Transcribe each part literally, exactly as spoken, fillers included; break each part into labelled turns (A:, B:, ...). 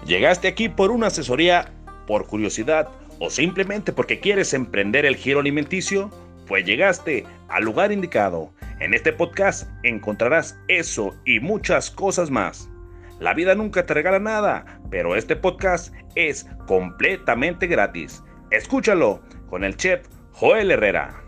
A: ¿Llegaste aquí por una asesoría, por curiosidad o simplemente porque quieres emprender el giro alimenticio? Pues llegaste al lugar indicado. En este podcast encontrarás eso y muchas cosas más. La vida nunca te regala nada, pero este podcast es completamente gratis. Escúchalo con el chef Joel Herrera.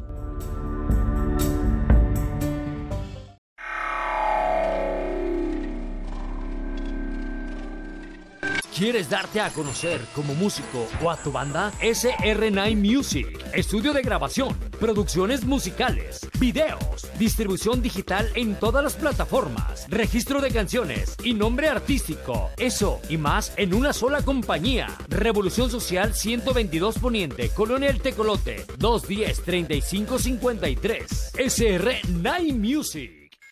B: ¿Quieres darte a conocer como músico o a tu banda? S R nueve Music, estudio de grabación, producciones musicales, videos, distribución digital en todas las plataformas, registro de canciones y nombre artístico. Eso y más en una sola compañía. Revolución Social ciento veintidós Poniente, Colonia El Tecolote, dos diez, treinta y cinco cincuenta y tres. S R nueve Music.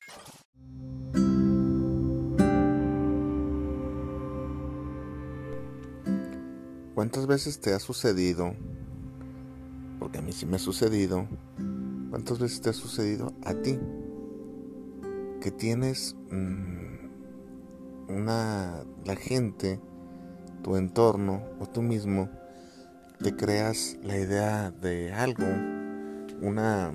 C: ¿Cuántas veces te ha sucedido? Porque a mí sí me ha sucedido. ¿Cuántas veces te ha sucedido a ti? Que tienes mmm, una... la gente, tu entorno o tú mismo, te creas la idea de algo, una...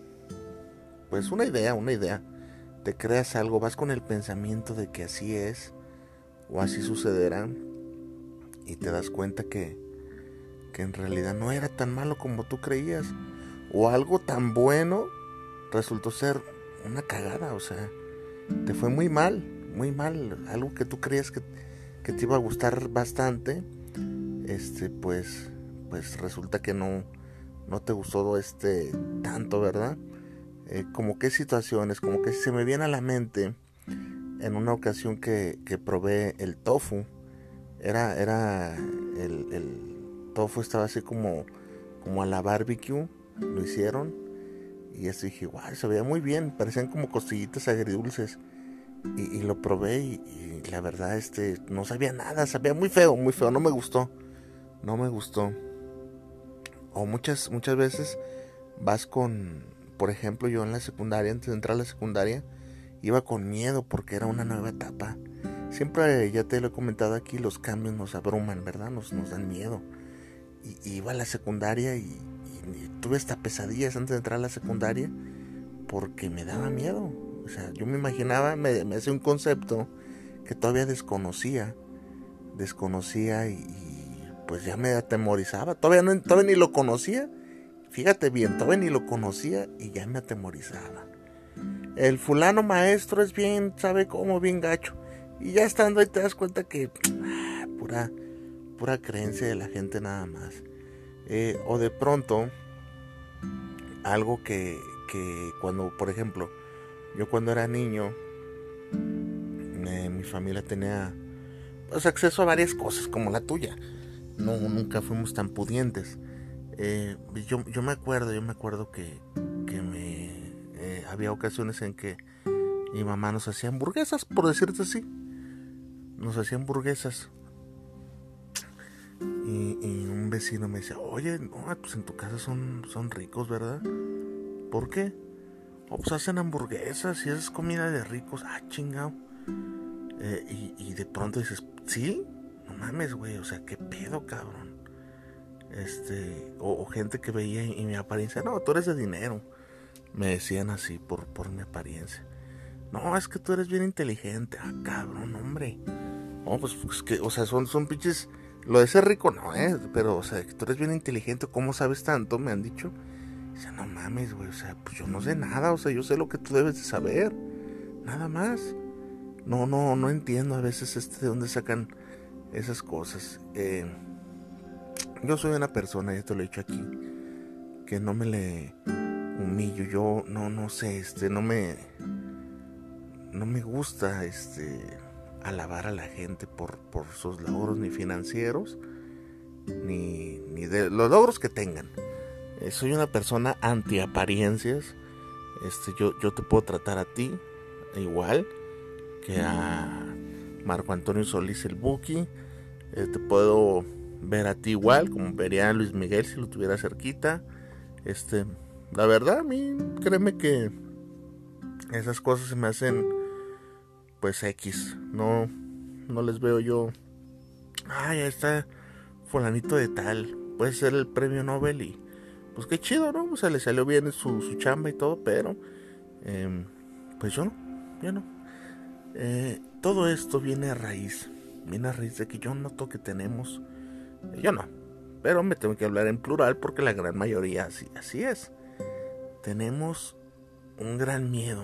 C: pues una idea, una idea. Te creas algo, vas con el pensamiento de que así es o así sucederá. Y te das cuenta que, que en realidad no era tan malo como tú creías. O algo tan bueno resultó ser una cagada. O sea, te fue muy mal, muy mal. Algo que tú creías que, que te iba a gustar bastante, este, pues, pues resulta que no, no te gustó este tanto, ¿verdad? Eh, como qué situaciones, como que se me viene a la mente en una ocasión que, que probé el tofu. Era, era, el, el tofu estaba así como, como a la barbecue, lo hicieron, y esto dije, wow, se veía muy bien, parecían como costillitas agridulces, y, y lo probé, y, y la verdad, este, no sabía nada, sabía muy feo, muy feo, no me gustó, no me gustó, o muchas, muchas veces vas con, por ejemplo, yo en la secundaria, antes de entrar a la secundaria, iba con miedo porque era una nueva etapa. Siempre, ya te lo he comentado aquí, los cambios nos abruman, ¿verdad? Nos, nos dan miedo. Y, y iba a la secundaria y, y, y tuve hasta pesadillas antes de entrar a la secundaria porque me daba miedo. O sea, yo me imaginaba, me, me hacía un concepto que todavía desconocía. Desconocía y, y pues ya me atemorizaba. Todavía, no, todavía ni lo conocía. Fíjate bien, todavía ni lo conocía y ya me atemorizaba. El fulano maestro es bien, sabe cómo, bien gacho. Y ya estando ahí te das cuenta que ah, pura, pura creencia de la gente nada más. Eh, o de pronto, algo que, que cuando, por ejemplo, yo cuando era niño, eh, mi familia tenía pues, acceso a varias cosas como la tuya. No, nunca fuimos tan pudientes. Eh, yo, yo me acuerdo, yo me acuerdo que, que me, eh, había ocasiones en que mi mamá nos hacía hamburguesas, por decirte así. Nos hacía hamburguesas y, y un vecino me decía, oye, no, pues en tu casa son, son ricos, ¿verdad? ¿Por qué? Oh, pues hacen hamburguesas y es comida de ricos. Ah, chingado. Eh, y, y de pronto dices, ¿sí? No mames, güey, o sea, ¿qué pedo, cabrón? Este, o, o gente que veía y, y mi apariencia, no, tú eres de dinero. Me decían así por, por mi apariencia. No, es que tú eres bien inteligente. Ah, cabrón, hombre. No, pues, pues que, o sea, son, son pinches. Lo de ser rico no, eh. Pero, o sea, que tú eres bien inteligente, ¿cómo sabes tanto? Me han dicho. Dice, no mames, güey, o sea, pues yo no sé nada, o sea, yo sé lo que tú debes de saber. Nada más. No, no, no entiendo a veces este de dónde sacan esas cosas. Eh, yo soy una persona, ya te lo he dicho aquí, que no me le humillo. Yo no, no sé, este, no me. No me gusta, este. alabar a la gente por, por sus logros ni financieros ni, ni de los logros que tengan. Eh, soy una persona anti apariencias. Este, yo, yo te puedo tratar a ti igual que a Marco Antonio Solís el Buki. Eh, te puedo ver a ti igual como vería a Luis Miguel si lo tuviera cerquita. Este, la verdad, a mí, créeme que esas cosas se me hacen pues X. No, no les veo yo ah, ya está fulanito de tal, puede ser el premio Nobel y pues qué chido, ¿no? O sea, le salió bien su, su chamba y todo, pero eh, pues yo no, yo no. Eh, todo esto viene a raíz, viene a raíz de que yo noto que tenemos, eh, yo no, pero me tengo que hablar en plural porque la gran mayoría así, así es. Tenemos un gran miedo,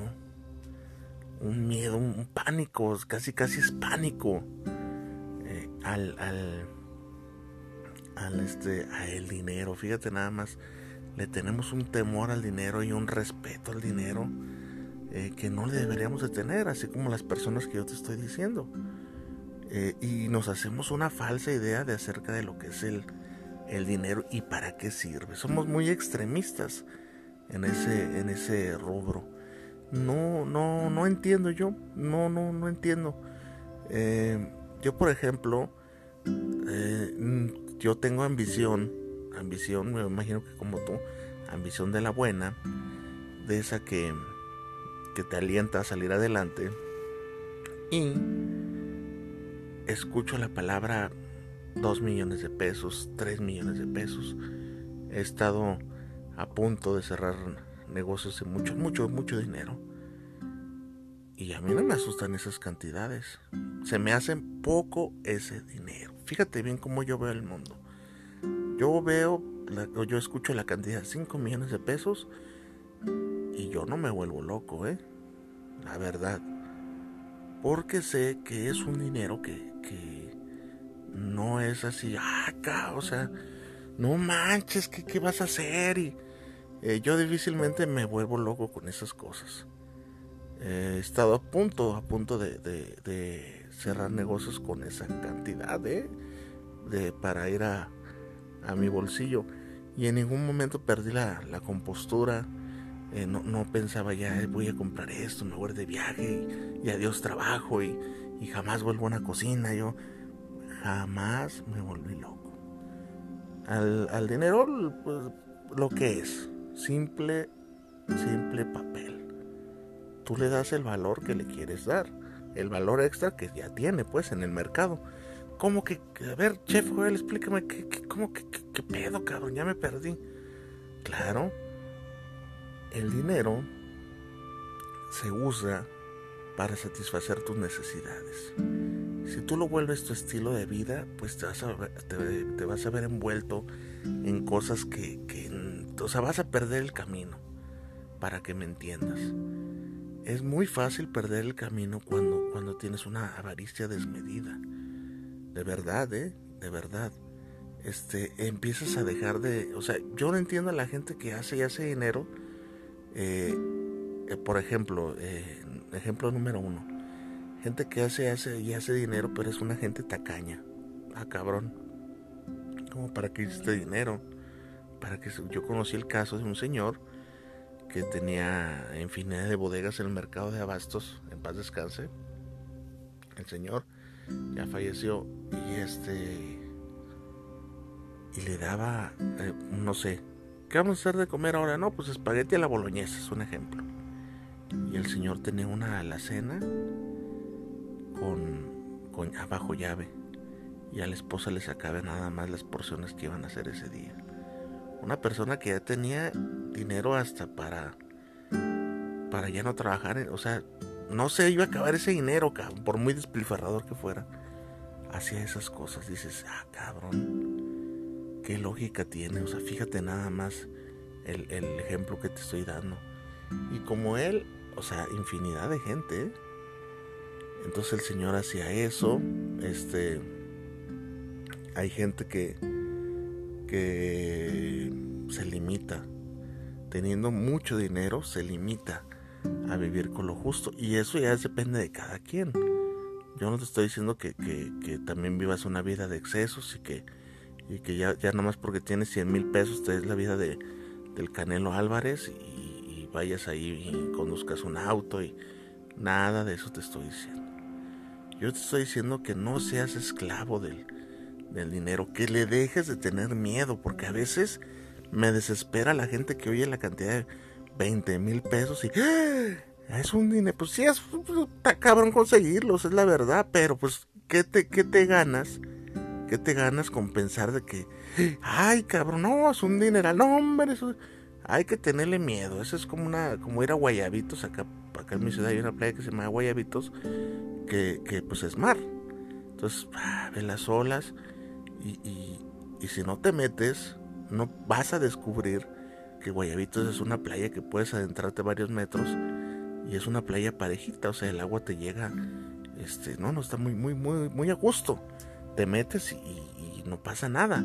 C: un miedo, un pánico, casi casi es pánico eh, al, al, al este, a el dinero. Fíjate nada más, le tenemos un temor al dinero y un respeto al dinero eh, que no le deberíamos de tener, así como las personas que yo te estoy diciendo. Eh, y nos hacemos una falsa idea de acerca de lo que es el, el dinero y para qué sirve. Somos muy extremistas en ese, en ese rubro. No, no, no entiendo yo, no, no, no entiendo. Eh, yo, por ejemplo, eh, yo tengo ambición, ambición, me imagino que como tú, ambición de la buena, de esa que, que te alienta a salir adelante. Y escucho la palabra dos millones de pesos, tres millones de pesos. He estado a punto de cerrar negocios de mucho, mucho, mucho dinero. Y a mí no me asustan esas cantidades. Se me hace poco ese dinero. Fíjate bien cómo yo veo el mundo. Yo veo, la, yo escucho la cantidad de cinco millones de pesos y yo no me vuelvo loco, ¿eh? La verdad. Porque sé que es un dinero que, que no es así, ah, acá, o sea, no manches, ¿qué, qué vas a hacer? Y eh, yo difícilmente me vuelvo loco con esas cosas. He estado a punto, a punto de, de, de cerrar negocios con esa cantidad de, de para ir a, a mi bolsillo. Y en ningún momento perdí la, la compostura. Eh, no, no pensaba ya, eh, voy a comprar esto, me voy de viaje y, y adiós trabajo y, y jamás vuelvo a una cocina. Yo jamás me volví loco. Al, al dinero, pues, lo que es, simple, simple papel. Tú le das el valor que le quieres dar, el valor extra que ya tiene, pues, en el mercado. ¿Cómo que? A ver, chef Joel, explícame, ¿qué, qué, cómo que, qué, qué pedo, cabrón? Ya me perdí. Claro, el dinero se usa para satisfacer tus necesidades. Si tú lo vuelves tu estilo de vida, pues te vas a ver, te, te vas a ver envuelto en cosas que, que, o sea, vas a perder el camino, para que me entiendas. Es muy fácil perder el camino cuando, cuando tienes una avaricia desmedida. De verdad, ¿eh? De verdad. Este, empiezas a dejar de... O sea, yo no entiendo a la gente que hace y hace dinero. Eh, eh, por ejemplo, eh, ejemplo número uno. Gente que hace, hace y hace dinero, pero es una gente tacaña. Ah, cabrón. ¿Cómo para qué hiciste dinero? Para que yo conocí el caso de un señor que tenía infinidad de bodegas en el mercado de abastos, en paz descanse. El señor ya falleció y este y le daba, eh, no sé, ¿qué vamos a hacer de comer ahora? No, pues espagueti a la boloñesa, es un ejemplo. Y el señor tenía una alacena con, con abajo llave y a la esposa le sacaba nada más las porciones que iban a hacer ese día. Una persona que ya tenía dinero hasta para para ya no trabajar, o sea, no se iba a acabar ese dinero, cabrón, por muy despilfarrador que fuera. Hacía esas cosas, dices, ah, cabrón, qué lógica tiene. O sea, fíjate nada más el, el ejemplo que te estoy dando. Y como él, o sea, infinidad de gente, ¿eh? Entonces el señor hacía eso. Este, hay gente que que se limita, teniendo mucho dinero, se limita a vivir con lo justo, y eso ya depende de cada quien. Yo no te estoy diciendo que, que, que también vivas una vida de excesos y que, y que ya, ya nada más porque tienes cien mil pesos te des la vida de, del Canelo Álvarez y, y vayas ahí y conduzcas un auto, y nada de eso te estoy diciendo. Yo te estoy diciendo que no seas esclavo del del dinero, que le dejes de tener miedo, porque a veces me desespera la gente que oye la cantidad de veinte mil pesos y ¡ah! Es un dinero, pues sí, es, está cabrón conseguirlos, es la verdad, pero pues ¿qué te, qué te ganas ¿Qué te ganas con pensar de que, ay, cabrón, no, es un dineral, no, hombre, eso... Hay que tenerle miedo. Eso es como una como ir a Guayabitos. Acá, acá en mi ciudad hay una playa que se llama Guayabitos, que, que pues es mar. Entonces, ah, ve las olas y, y, y si no te metes, no vas a descubrir que Guayabitos es una playa que puedes adentrarte varios metros y es una playa parejita. O sea, el agua te llega, este, no, no está muy, muy, muy, muy a gusto. Te metes y, y, y no pasa nada.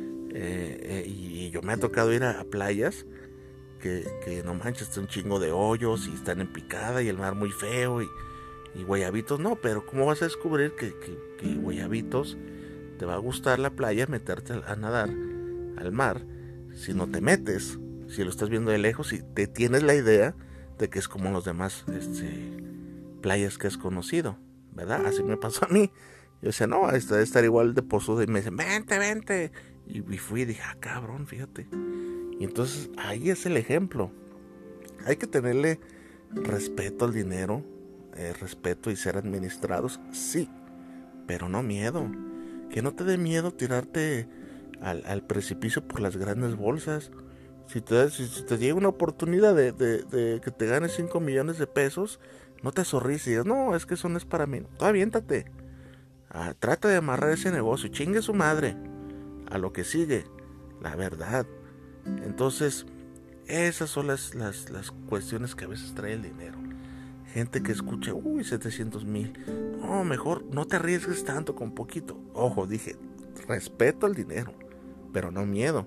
C: Eh, eh, y, y yo me ha tocado ir a, a playas Que, que no manches, está un chingo de hoyos y están en picada y el mar muy feo y, y Guayabitos no, pero ¿cómo vas a descubrir que, que, que Guayabitos te va a gustar la playa, meterte a, a nadar al mar si no te metes, si lo estás viendo de lejos y te tienes la idea de que es como los demás este, playas que has conocido, ¿verdad? Así me pasó a mí. Yo decía, no, está de estar igual de pozudo y me dicen, vente, vente. Y, y fui y dije, ah, cabrón, fíjate. Y entonces ahí es el ejemplo. Hay que tenerle respeto al dinero, eh, respeto y ser administrados, sí, pero no miedo. Que no te dé miedo tirarte al, al precipicio por las grandes bolsas. Si te, si, si te llega una oportunidad de, de, de que te ganes cinco millones de pesos, no te sonríes y digas, no, es que eso no es para mí. Tú aviéntate. Ah, trata de amarrar ese negocio, chingue su madre a lo que sigue, la verdad. Entonces, esas son las, las, las cuestiones que a veces trae el dinero. Gente que escucha, uy, setecientos mil. No, mejor no te arriesgues tanto con poquito. Ojo, dije, respeto al dinero, pero no miedo.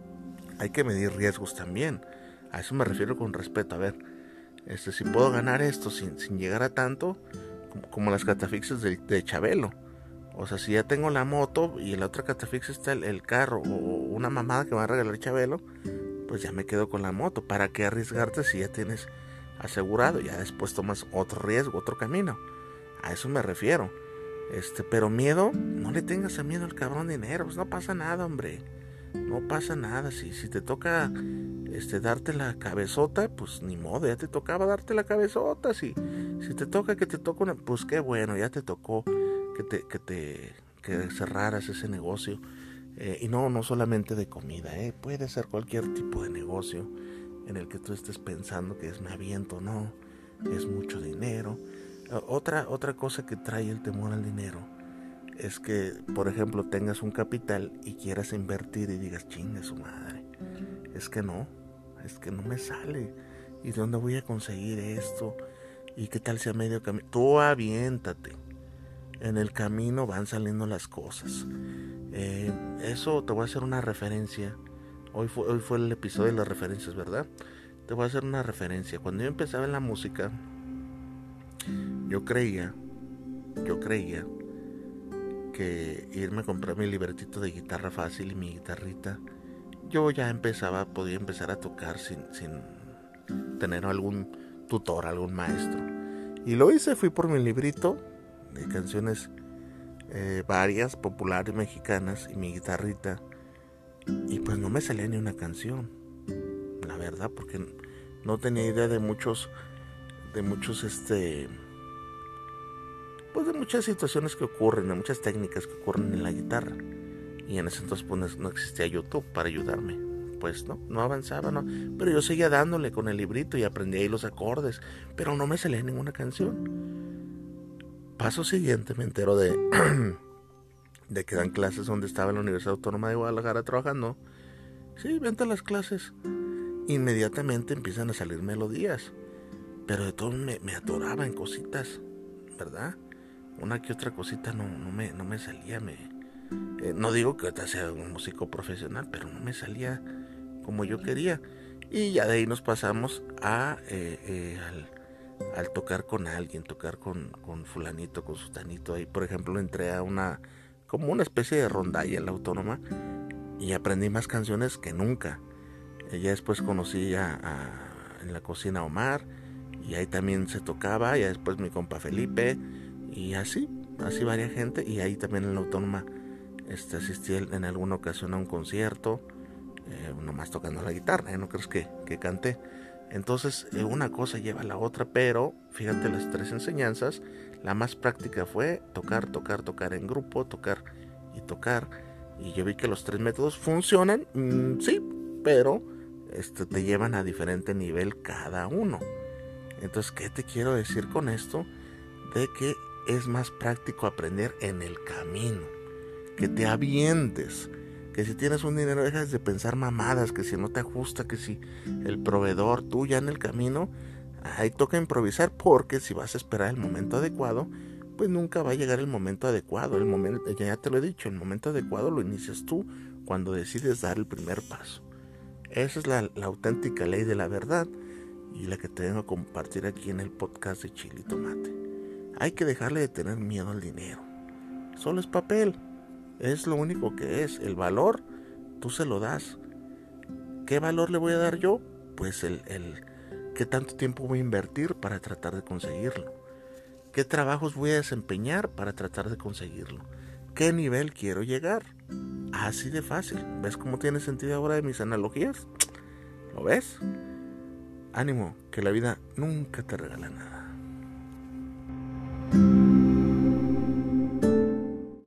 C: Hay que medir riesgos también. A eso me refiero con respeto. A ver, este, si puedo ganar esto sin, sin llegar a tanto, como, como las catafixias de, de Chabelo. O sea, si ya tengo la moto y en la otra catafixia está el, el carro o una mamada que me va a regalar Chabelo, pues ya me quedo con la moto. ¿Para qué arriesgarte si ya tienes asegurado? Ya después tomas otro riesgo, otro camino. A eso me refiero. Este, pero miedo, no le tengas a miedo al cabrón dinero. Pues no pasa nada, hombre. No pasa nada. Si, si te toca este, darte la cabezota, pues ni modo, ya te tocaba darte la cabezota. Si, si te toca que te toque una, pues qué bueno, ya te tocó que te, que te que cerraras ese negocio. Eh, y no, no solamente de comida, eh, puede ser cualquier tipo de negocio en el que tú estés pensando que es me aviento, no, es mucho dinero. Uh, otra, otra cosa que trae el temor al dinero es que, por ejemplo, tengas un capital y quieras invertir y digas, chingue su madre, es que no, es que no me sale, y de dónde voy a conseguir esto, y qué tal si a medio camino. Tú aviéntate, en el camino van saliendo las cosas. Eh, eso te voy a hacer una referencia. Hoy fue, hoy fue el episodio de las referencias, ¿verdad? Te voy a hacer una referencia. Cuando yo empezaba en la música, yo creía, yo creía que irme a comprar mi libretito de guitarra fácil y mi guitarrita, yo ya empezaba, podía empezar a tocar sin, sin tener algún tutor, algún maestro. Y lo hice, fui por mi librito de canciones eh, varias, populares mexicanas y mi guitarrita. Y pues no me salía ni una canción, la verdad, porque no tenía idea de muchos, de muchos, este, pues de muchas situaciones que ocurren, de muchas técnicas que ocurren en la guitarra. Y en ese entonces pues no existía YouTube para ayudarme, pues no, no avanzaba, no. Pero yo seguía dándole con el librito y aprendí ahí los acordes, pero no me salía ninguna canción. Paso siguiente me entero de de que dan clases donde estaba en la Universidad Autónoma de Guadalajara trabajando. Sí, vente a las clases. Inmediatamente empiezan a salir melodías, pero de todo me, me atoraba en cositas, ¿verdad? Una que otra cosita no, no, me, no me salía. Me, eh, no digo que ahorita sea un músico profesional, pero no me salía como yo quería. Y ya de ahí nos pasamos a eh, eh, al, al tocar con alguien, tocar con, con fulanito, con sutanito. Ahí, por ejemplo, entré a una, como una especie de rondalla en la Autónoma y aprendí más canciones que nunca. Eh, ya después conocí a, a, en la cocina a Omar, y ahí también se tocaba. Ya después mi compa Felipe, y así, así varia gente. Y ahí también en la Autónoma este, asistí en alguna ocasión a un concierto, eh, nomás tocando la guitarra, ¿eh? No crees que, que canté. Entonces eh, una cosa lleva a la otra, pero fíjate, las tres enseñanzas, la más práctica fue tocar, tocar, tocar en grupo, tocar y tocar. Y yo vi que los tres métodos funcionan, mmm, sí, pero este, te llevan a diferente nivel cada uno. Entonces, ¿qué te quiero decir con esto? De que es más práctico aprender en el camino, que te avientes, que si tienes un dinero dejas de pensar mamadas, que si no te ajusta, que si el proveedor, tú ya en el camino, ahí toca improvisar, porque si vas a esperar el momento adecuado, pues nunca va a llegar el momento adecuado. El momento, ya te lo he dicho, el momento adecuado lo inicias tú cuando decides dar el primer paso. Esa es la, la auténtica ley de la verdad y la que te vengo a compartir aquí en el podcast de Chile y Tomate. Hay que dejarle de tener miedo al dinero. Solo es papel. Es lo único que es. El valor, tú se lo das. ¿Qué valor le voy a dar yo? Pues el, el qué tanto tiempo voy a invertir para tratar de conseguirlo. ¿Qué trabajos voy a desempeñar para tratar de conseguirlo? ¿Qué nivel quiero llegar? Así de fácil. ¿Ves cómo tiene sentido ahora de mis analogías? ¿Lo ves? Ánimo, que la vida nunca te regala nada.